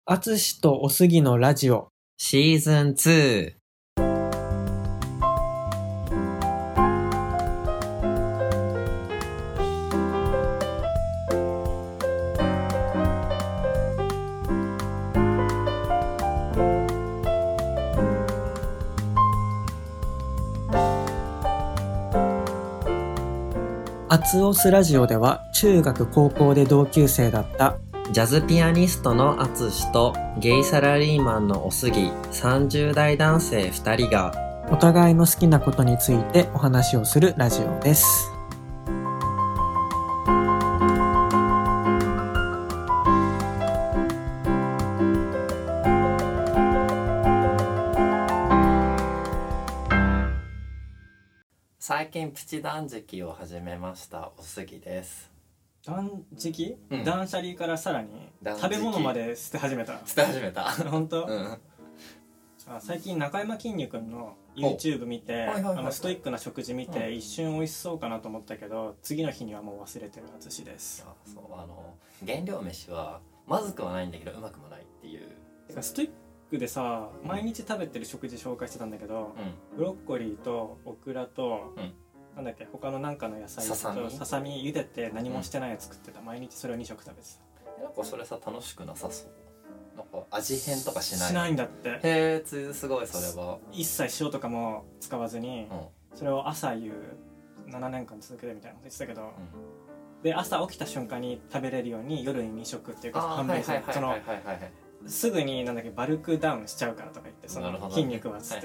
あつしとおすぎのラジオシーズン2。 あつおすラジオでは中学高校で同級生だったジャズピアニストのアツシとゲイサラリーマンのおすぎ30代男性2人がお互いの好きなことについてお話をするラジオです。 最近プチ断食を始めましたおすぎです。 断食、 うん断捨離からさらに断食食べ物まで捨て始めた。 捨て始めた本当、 うん最近中山きんに君の YouTube 見て、 はいはいはいはいストイックな食事見て、 うん一瞬美味しそうかなと思ったけど次の日にはもう忘れてるあつしです。 そう原料飯はまずくはないんだけどうまくもないっていう。 てかストイックでさ毎日食べてる食事紹介してたんだけど、 うブロッコリーとオクラと、 うんなんだっけ他のなんかの野菜とささみ茹でて何もしてないやつ作ってた、毎日それを2食食べてた。 なんかそれさ楽しくなさそう。なんか味変とかしない。 しないんだって。 へえすごいそれは。 一切塩とかも使わずに、それを朝夕7年間続けてみたいなこと言ってたけど、で朝起きた瞬間に食べれるように夜に2食っていうか半分する、そのすぐになんだっけバルクダウンしちゃうからとか言って、その筋肉はつって、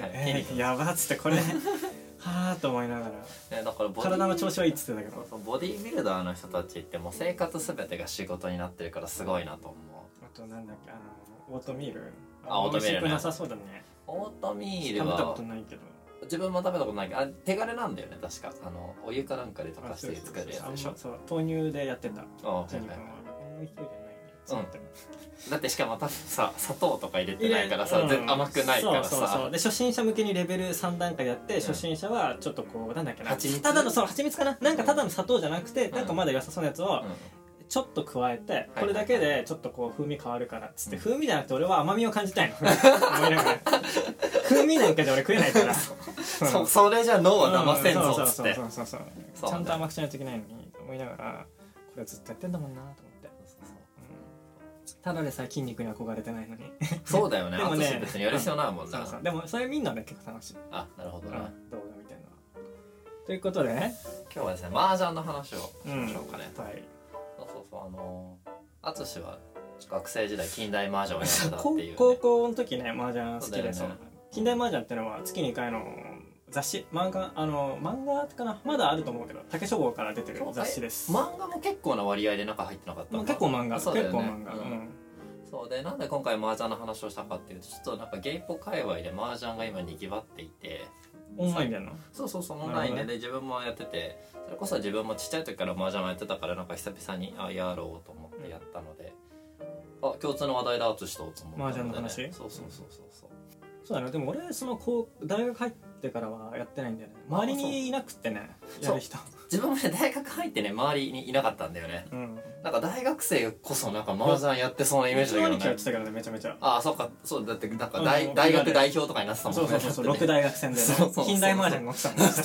やばっつってこれはぁと思いながら、 だから体の調子はいいっつってたけど、 そうボディービルダーの人たちってもう生活すべてが仕事になってるからすごいなと思う。 あとなんだっけオートミール、 オートミールね、 美味しくなさそうだね。 オートミールは食べたことないけど、 自分も食べたことないけど手軽なんだよね確か。お湯かなんかで溶かして作るやつでしょ。 そう豆乳でやってた。 ジェニー君は美味しそうじゃないね。 だってしかも多分さ砂糖とか入れてないからさ、甘くないからさ。 そうで初心者向けにレベル3段階やって、初心者はちょっとこうなんだっけな、 蜂蜜、 ただの蜂蜜かな、なんかただの砂糖じゃなくて、なんかまだ良さそうなやつをちょっと加えて、これだけでちょっとこう風味変わるからっつって、風味じゃなくて俺は甘みを感じたいの思いながら風味なんかで俺食えないからそれじゃ脳は騙せんぞっつって、 ちゃんと甘くしないといけないのにと思いながら、これずっとやってんだもんなと思って。ただでさえ筋肉に憧れてないのにそうだよね。 でもね別にやる必要ないもんな。 でもそれみんなで結構楽しい。 あ、なるほどな、 動画みたいな。ということでね、 今日はですね麻雀の話をしましょうかね。 はい。 そうあつしは学生時代近代麻雀をやってたっていう、ね、 高校の時ね麻雀好きで、 そうだよね、 近代麻雀ってのは月2回の雑誌、漫画かな、まだあると思うけど竹書房から出てる雑誌です。 漫画も結構な割合で中入ってなかったのか。 結構漫画、 そうだよね、 結構漫画、 そうで、なんで今回麻雀の話をしたかっていうと、ちょっとなんかゲイポ界隈で麻雀が今にぎわっていて、 オンラインでやるの？ そうオンラインで、自分もやってて、それこそ自分もちっちゃい時から麻雀をやってたから、なんか久々にやろうと思ってやったので、共通の話題だとしと思って、 麻雀の話？ そうそうだね。でも俺大学入ってからはやってないんだよね。周りにいなくってね、やる人。 自分もね大学入ってね周りにいなかったんだよね。なんか大学生こそなんか麻雀やってそうなイメージだけどね。 やってたからね、めちゃめちゃ。 そうだってなんか大学代表とかになってたもんね。 そう6大学戦でね、近代麻雀が起きたもんね。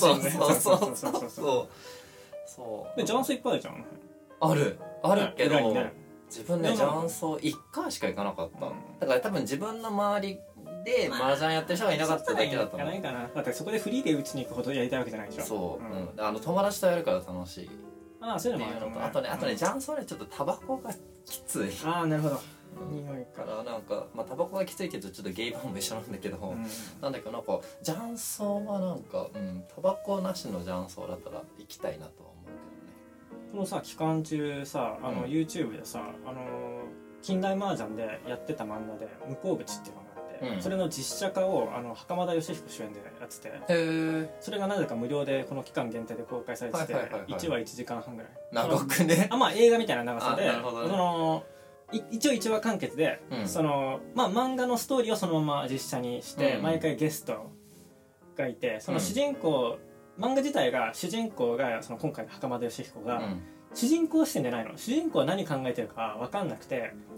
そうで雀荘いっぱいあるじゃん。 あるけど、自分ね雀荘1回しか行かなかった。だから多分自分の周りで麻雀やってる人がいなかっただけだと思う。 だってそこでフリーで打ちに行くほどやりたいわけじゃないでしょ。 友達とやるから楽しい。 そういうのもあるの。 あとね雀荘でちょっとタバコがきつい。 なるほど。匂いからなんかタバコがきついけどちょっとゲイバーも一緒なんだけど、なんだけどなんか雀荘はなんかタバコなしの雀荘だったら行きたいなとは思うけどね。 このさ期間中さYouTube でさ近代麻雀でやってた漫画で向こう口っていうのがあって、それの実写化を袴田義彦主演でやってて、それがなぜか無料でこの期間限定で公開されてて、1話1時間半ぐらい長くね。 映画みたいな長さで、一応1話完結で、漫画のストーリーをそのまま実写にして、毎回ゲストがいて、その主人公、漫画自体が主人公がその今回の袴田義彦が、主人公視点じゃないの。主人公は何考えてるか分かんなくて、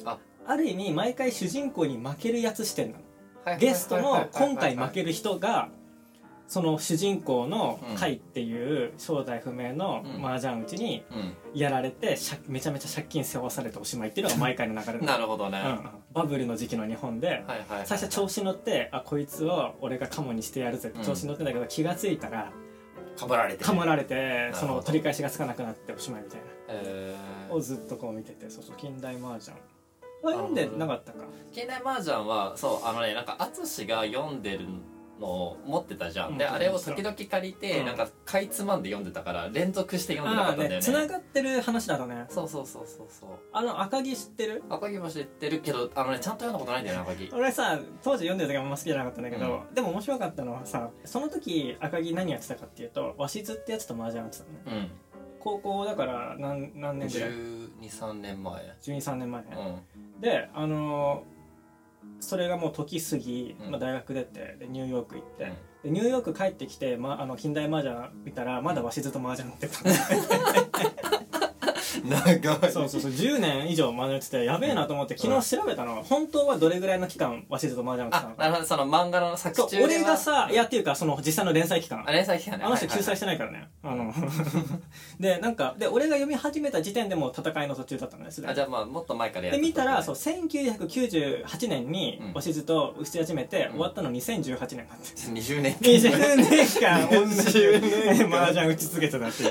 ある意味毎回主人公に負けるやつ視点なの。ゲストの今回負ける人がその主人公のカイっていう正体不明の麻雀打ちにやられてめちゃめちゃ借金背負わされておしまいっていうのが毎回の流れなるほどね、 バブルの時期の日本で最初調子乗ってこいつを俺がカモにしてやるぜって調子乗ってんだけど、気がついたらかもられてその取り返しがつかなくなっておしまいみたいな、をずっとこう見てて、そう近代麻雀読んでなかったか。 近代麻雀はそうなんか淳が読んでるのを持ってたじゃん、であれを時々借りて、なんかかいつまんで読んでたから連続して読んでなかったんだよね。 繋がってる話だとね。 そう赤城知ってる？ 赤城も知ってるけどちゃんと読んだことないんだよね赤城。 俺さ当時読んでる時はあんま好きじゃなかったんだけど、でも面白かったのはさ、その時赤城何やってたかっていうと鷲津ってやつと麻雀やってたのね、高校だから何年ぐらい 12,13年前 12,13年前ね、でそれがもう時過ぎ、大学出てでニューヨーク行って、でニューヨーク帰ってきて、近代麻雀見たらまだ鷲津と麻雀やってた長い。 そう10年以上麻雀やっててやべえなと思って昨日調べたの、本当はどれぐらいの期間鷲津と麻雀やってたのか。 なるほど、その漫画の作中では俺がさっていうかその実際の連載期間、 連載期間ね、 あの人救済してないからね、でなんかで俺が読み始めた時点でもう戦いの途中だったのね。じゃあもっと前からやってで見たら1998年に鷲津と打ち始めて、終わったの2018年だって 20年間同じ麻雀打ち続けてたっていう。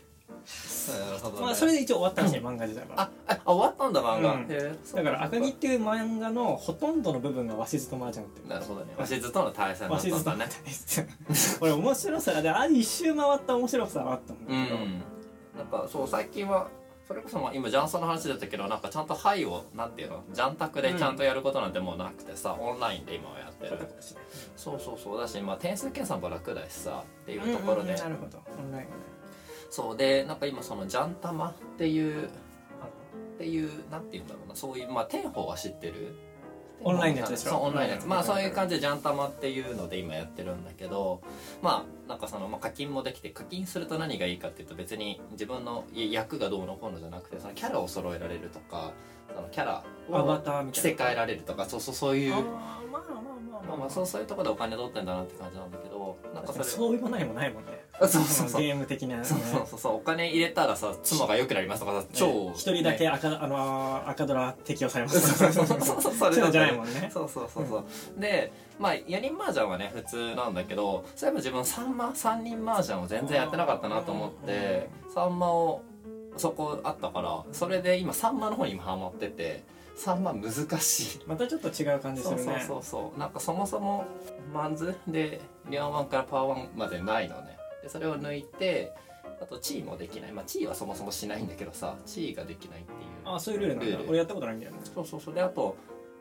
それで一応終わったらしい、漫画自体は。 終わったんだ漫画、 だから赤城っていう漫画のほとんどの部分が鷲津と麻雀っていう。 なるほどね、鷲津との対戦だったんだね。 俺面白さで一周回った面白さはあったんだけど、 なんかそう最近はそれこそ今ジャンソンの話だったけど、なんかちゃんと牌をなんていうのジャン卓でちゃんとやることなんてもうなくてさ、オンラインで今はやってる。そうだし、点数計算も楽だしさっていうところで、 なるほど、オンラインね。 そうでなんか今そのジャンタマっていうなんていうんだろうな、そういう天宝は知ってる？ オンラインのやつでしょ。 そうオンラインのやつ、そういう感じでジャンタマっていうので今やってるんだけど、なんかその課金もできて、課金すると何がいいかっていうと、別に自分の役がどうのこうのじゃなくて、そのキャラを揃えられるとか、そのキャラを着せ替えられるとか、そういうそういうところでお金取ってんだなって感じなんだけど、なんかそういうもないもんね。 そうゲーム的な、 そうお金入れたらさ妻が良くなりますとかさ、超一人だけ赤ドラ適用されますとかそういうのじゃないもんね。 そうで4人麻雀はね普通なんだけど、そういえば自分3人麻雀を全然やってなかったなと思って、3麻をそこあったから、それで今3麻の方に今ハマってて、3万難しい。 またちょっと違う感じするね。 そうなんかそもそもマンズでリアン1からパワー1までないのね。でそれを抜いて、あと地位もできない、地位はそもそもしないんだけどさ、地位ができないっていう、 そういうルールなんだ。俺やったことないんだよね。 そうで、あと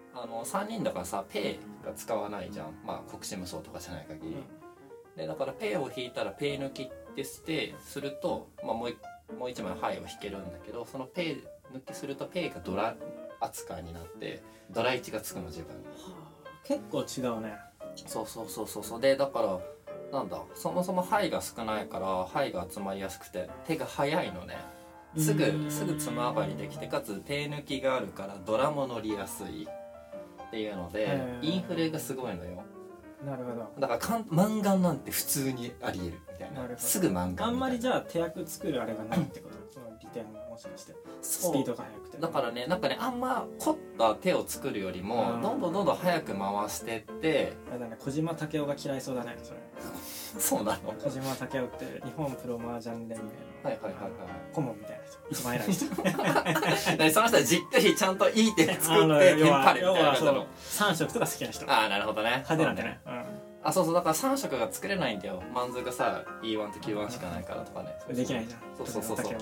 3人だからさペイが使わないじゃん、国士無双とかじゃない限り、でだからペイを引いたらペイ抜きってしてすると、もう一枚牌を引けるんだけど、そのペイ抜きするとペイがドラ扱いになってドラ1がつくの自分に。 結構違うね。 そうでだからなんだ、そもそも牌が少ないから牌が集まりやすくて手が早いのね。すぐつま上がりできて、かつ手抜きがあるからドラも乗りやすいっていうので、インフレがすごいのよ。 なるほど。 だからマンガンなんて普通にありえるみたいな。すぐマンガン。 あんまりじゃあ手役作るあれがないってこと？その利点がもしかしてスピードが速くて。 だからね、なんかね、あんま凝った手を作るよりもどんどん早く回してって。 あれだね、小島武夫が嫌いそうだねそれ。 そうなの？ 小島武夫って日本プロ麻雀連盟の顧問みたいな人、一番偉い人。 その人はじっくりちゃんといい手作ってテンパレみたいな感じの。 3色とか好きな人。 なるほどね。 派手なんでね。 そうだから3色が作れないんだよ。マンズがさ E1 と Q1 しかないからとかね。 できないじゃん。 そう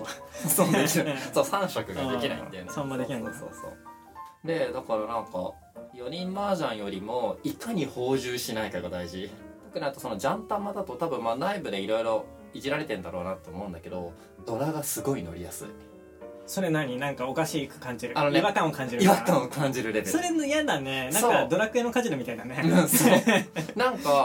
3色ができないんだよね。 3もできないんだ。 でだからなんか4人麻雀よりもいかに放充しないかが大事。特にあとそのジャンタマだと多分内部でいろいろいじられてんだろうなと思うんだけど、ドラがすごい乗りやすい。 それなんかおかしく感じる。違和感を感じる。 違和感を感じるレベル。 それの嫌だね。なんかドラクエのカジノみたいだね。 なんか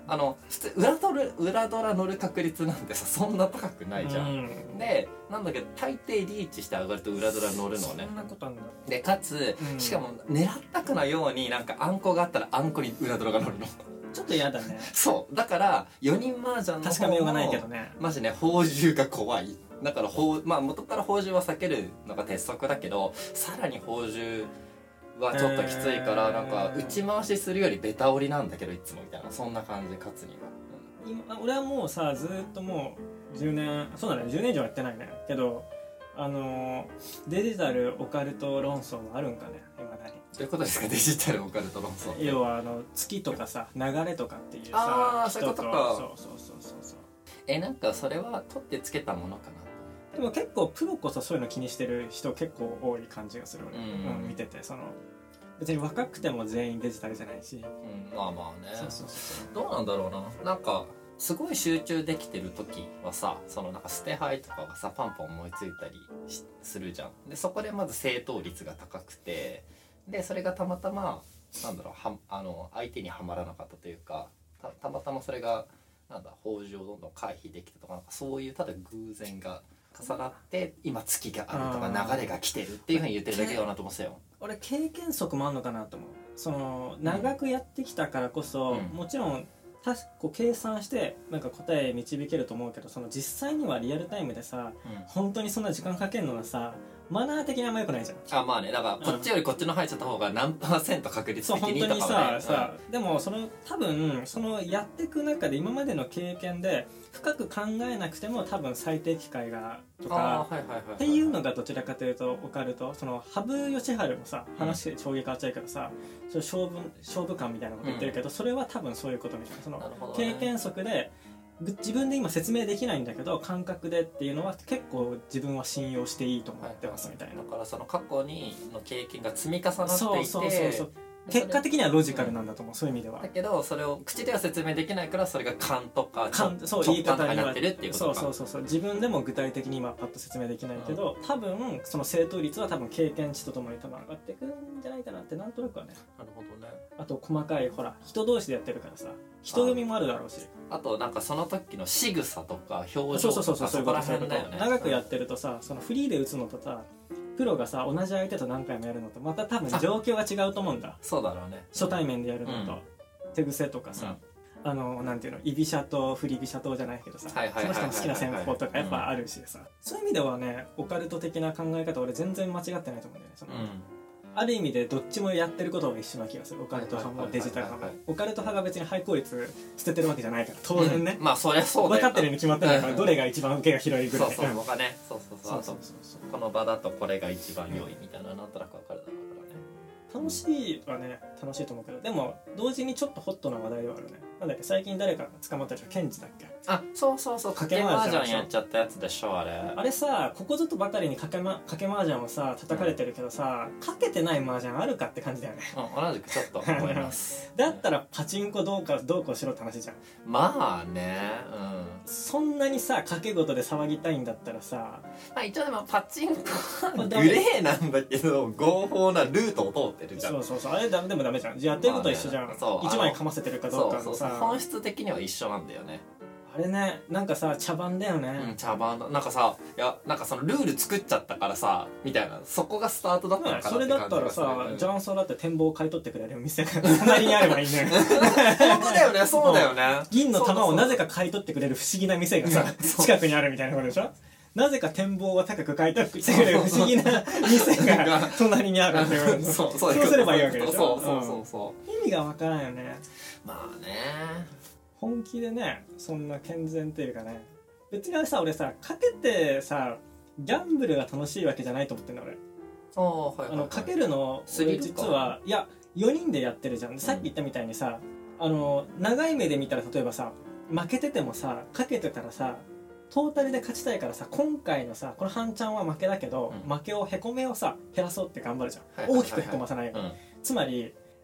普通裏ドラ乗る確率なんてさそんな高くないじゃん、でなんだけど大抵リーチして上がると裏ドラ乗るのね。 そんなことあんだ。 でかつ、しかも狙ったくのようになんかあんこがあったらあんこに裏ドラが乗るのちょっと嫌だね。 そうだから4人麻雀の方も確かめようがないけどね。 マジね宝珠が怖い。だからまあ元から宝珠は避けるのが鉄則だけど、さらに宝珠はちょっときついから、なんか打ち回しするよりベタ折りなんだけどいつもみたいな、そんな感じ。勝つには、 今俺はもうさずっともう10年、そうだね10年以上やってないねけど、デジタルオカルト論争はあるんかね今だに。 どういうことですかデジタルオカルト論争って。 要は月とかさ流れとかっていうさ、 人と、 そういうことか。 そうなんかそれは取ってつけたものかな。 でも結構プロこそそういうの気にしてる人結構多い感じがする、見てて。別に若くても全員デジタルじゃないし、 まあまあね。どうなんだろうな。なんかすごい集中できてる時はさ、なんか捨て牌とかがさパンパン思いついたりするじゃん。でそこでまず正答率が高くて、でそれがたまたまなんだろう相手にはまらなかったというか、たまたまそれがなんだ宝珠をどんどん回避できたとか、なんかそういうただ偶然が重なって今月があるとか流れが来てるっていうふうに言ってるだけだなと思うんですよ。 俺経験則もあるのかなと思う。長くやってきたからこそ、もちろん計算してなんか答え導けると思うけど、実際にはリアルタイムでさ、本当にそんな時間かけるのはさマナー的にあんま良くないじゃん。 まあね、だからこっちよりこっちの入っちゃった方が何%確率的にとかはね。 さでも多分やっていく中で今までの経験で深く考えなくても多分最適解がとかっていうのがどちらかというとオカルト。羽生善治もさ話衝撃変わっちゃうけどさ、勝負感みたいなこと言ってるけど、それは多分そういうことみたいな。経験則で自分で今説明できないんだけど感覚でっていうのは結構自分は信用していいと思ってますみたいな。 だから過去の経験が積み重なっていて、 結果的にはロジカルなんだと思う、そういう意味では。 だけどそれを口では説明できないから、それが勘とか直感になってるっていうことか。 そう自分でも具体的に今パッと説明できないけど、多分正答率は多分経験値とともに多分上がってくるんじゃないかなってなんとなくはね。 なるほどね。 あと細かい人同士でやってるからさ人読みもあるだろうし、 あとなんかその時の仕草とか表情とかそこら辺だよね。 長くやってるとさフリーで打つのとさプロがさ同じ相手と何回もやるのとまた多分状況が違うと思うんだ。 そうだろうね。 初対面でやるのと、手癖とかさ、なんていうの居飛車と振り飛車とじゃないけどさ、その人の好きな戦法とかやっぱあるしさ、そういう意味ではねオカルト的な考え方俺全然間違ってないと思うんだよね。ある意味でどっちもやってることが一緒な気がする。オカルト派もデジタル派も。オカルト派が別に廃効率捨ててるわけじゃないから当然ね、 まあそりゃそうだよ。 分かってるに決まってないからどれが一番受けが広いぐらい。 僕はね、そうこの場だとこれが一番良いみたいななんとなく分かるだろうからね。 楽しいはね楽しいと思うけど、でも同時にちょっとホットな話題ではあるね。なんだっけ最近誰かが捕まったじゃん、ケンジだっけ。 そう賭け麻雀やっちゃったやつでしょあれ。 あれさここぞとばかりに賭け麻雀をさ叩かれてるけどさ、かけてない麻雀あるかって感じだよね。 同じくちょっと思いますだったらパチンコどうこうしろって話じゃん。 まあね、 そんなにさ賭け事で騒ぎたいんだったらさ、 一応でもパチンコはグレーなんだけど合法なルートを通ってるじゃん。 そうあれでもダメじゃん。やってること一緒じゃん。1枚かませてるかどうかのさ、 本質的には一緒なんだよね。 あれねなんかさ茶番だよね。 茶番だ。なんかさなんかルール作っちゃったからさみたいな、そこがスタートだったのかなってそれ感じがする。 だったらさ雀荘だって展望買い取ってくれる店が隣にあればいいね。 本当だよね、そうだよね。 銀の玉をなぜか買い取ってくれる不思議な店がさ近くにあるみたいなことでしょ。なぜか展望を高く買い取ってくれる不思議な店が隣にあるっていうそうすればいいわけでしょ。意味がわからんよね。 まあね、 本気でねそんな健全っていうかね、別にさ俺さかけてさギャンブルが楽しいわけじゃないと思ってんだ俺。かけるの俺実はいや4人でやってるじゃん。さっき言ったみたいにさ長い目で見たら例えばさ負けててもさかけてたらさトータルで勝ちたいからさ、今回のさこの半チャンは負けだけど、負けをへこめをさ減らそうって頑張るじゃん。大きくへこまさないように。つまり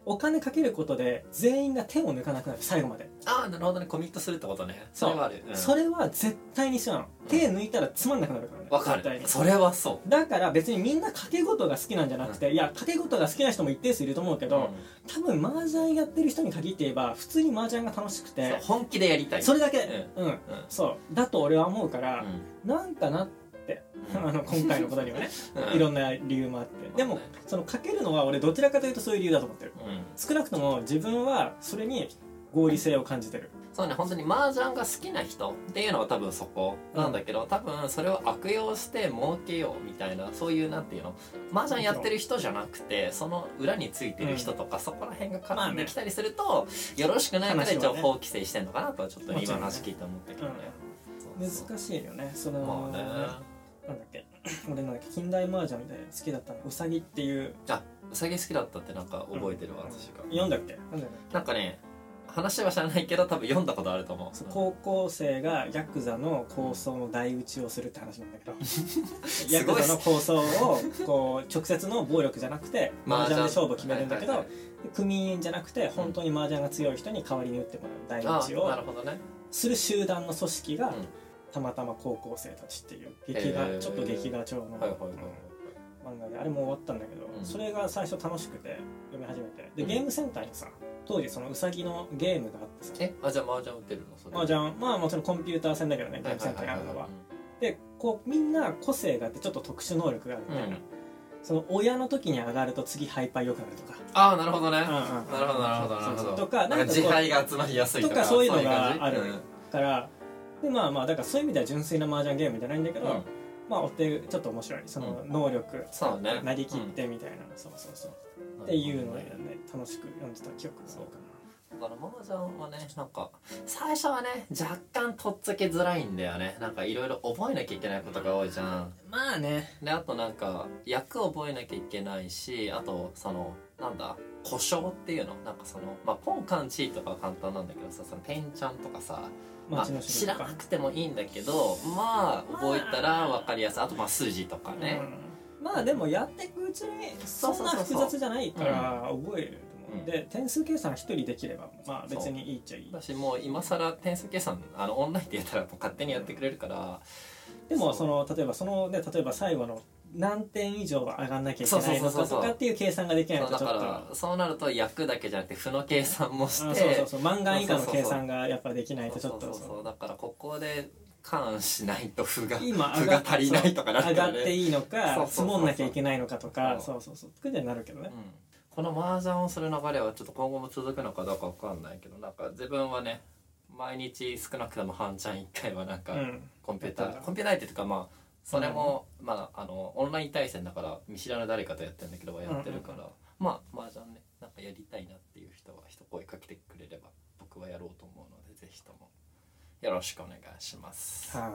お金かけることで全員が手を抜かなくなる、最後まで。 ああなるほどね、コミットするってことね。それはある、 それは絶対に必要なの。手抜いたらつまんなくなるからね。 わかる、それはそう。 だから別にみんな賭け事が好きなんじゃなくて、いや賭け事が好きな人も一定数いると思うけど、多分麻雀やってる人に限って言えば普通に麻雀が楽しくて本気でやりたい、 それだけ、そうだと俺は思うから、なんかなって今回のことにはねいろんな理由もあって、でもその賭けるのは俺どちらかというとそういう理由だと思ってる。少なくとも自分はそれに合理性を感じてる。 そうね、本当に麻雀が好きな人っていうのは多分そこなんだけど、多分それを悪用して儲けようみたいな、そういうなんていうの、麻雀やってる人じゃなくてその裏についてる人とか、そこら辺が絡んできたりすると、よろしくないから情報規制してんのかなとはちょっと今の話聞いて思ったけどね。 難しいよね。そのなんだっけ俺の近代麻雀みたいな好きだったの、うさぎっていう。 あ、うさぎ好きだったってなんか覚えてるわ、私が。 読んだっけ？ なんかね、話は知らないけど多分読んだことあると思う。 高校生がヤクザの抗争の台打ちをするって話なんだけどヤクザの抗争をこう直接の暴力じゃなくて麻雀で勝負を決めるんだけど、組員じゃなくて本当に麻雀が強い人に代わりに打ってもらう台打ちをする集団の組織がたまたま高校生たちっていうちょっと劇画調の漫画で、あれも終わったんだけど、それが最初楽しくて読み始めて、でゲームセンターにさ当時そのうさぎのゲームがあってさ、 じゃあ麻雀売ってるの？ 麻雀まあもちろんコンピューター戦だけどね、ゲームセンターにあるのは。でこうみんな個性があってちょっと特殊能力があるみたいな、その親の時に上がると次ハイパー良くなるとか。 ああなるほどね、なるほどなるほどなるほど。 とかなんか自敗が集まりやすいとかそういうのがあるから、でまあだからそういう意味では純粋な麻雀ゲームじゃないんだけど、まあ追ってちょっと面白い、その能力なりきってみたいな、そうっていうのをね楽しく読んでた記憶があるかな。 だから麻雀はね、なんか最初はね若干とっつきづらいんだよね。なんかいろいろ覚えなきゃいけないことが多いじゃん。 まあね。 であとなんか役覚えなきゃいけないし、あとそのなんだ故障っていうの、なんかそのまあポンカンチーとかは簡単なんだけどさ、そのペンちゃんとかさ、まあ、知らなくてもいいんだけど、まあ覚えたら分かりやすい。あとまあ数字とかね、 まあでもやっていくうちにそんな複雑じゃないから覚える。で点数計算一人できればまあ別にいいっちゃいい。 私もう今更点数計算オンラインでやったらもう勝手にやってくれるから。 でもその例えば最後の何点以上は上がんなきゃいけないのかとかっていう計算ができないとちょっと、だからそうなると役だけじゃなくて負の計算もして、 満貫以下の計算がやっぱできないとちょっと、 そうだからここで関しないと負が足りないとかなってね、 上がっていいのか積もんなきゃいけないのかとか、そうってになるけどね。 この麻雀をする流れはちょっと今後も続くのかどうかわかんないけど、なんか自分はね毎日少なくとも半チャン1回はなんかコンピューター相手っていうか、まあそれもまあオンライン対戦だから見知らぬ誰かとやってるんだけどやってるから、まあ麻雀ねなんかやりたいなっていう人は一声かけてくれれば僕はやろうと思うので、ぜひともよろしくお願いします。 はい。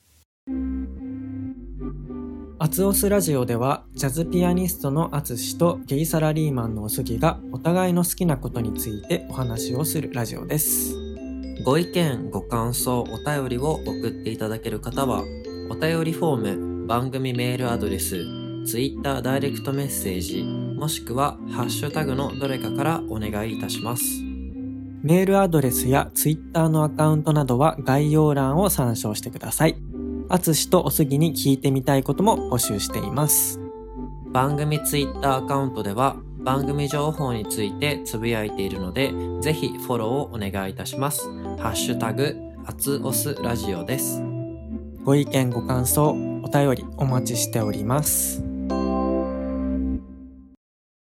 アツオスラジオではジャズピアニストのアツシとゲイサラリーマンのおすぎがお互いの好きなことについてお話をするラジオです。 ご意見ご感想お便りを送っていただける方はお便りフォーム、番組メールアドレス、Twitter ダイレクトメッセージもしくはハッシュタグのどれかからお願いいたします。 メールアドレスや Twitter のアカウントなどは概要欄を参照してください。あつしとおすぎに聞いてみたいことも募集しています。 番組ツイッターアカウントでは番組情報についてつぶやいているので、ぜひフォローをお願いいたします。ハッシュタグアツオスラジオです。 ご意見ご感想お便りお待ちしております。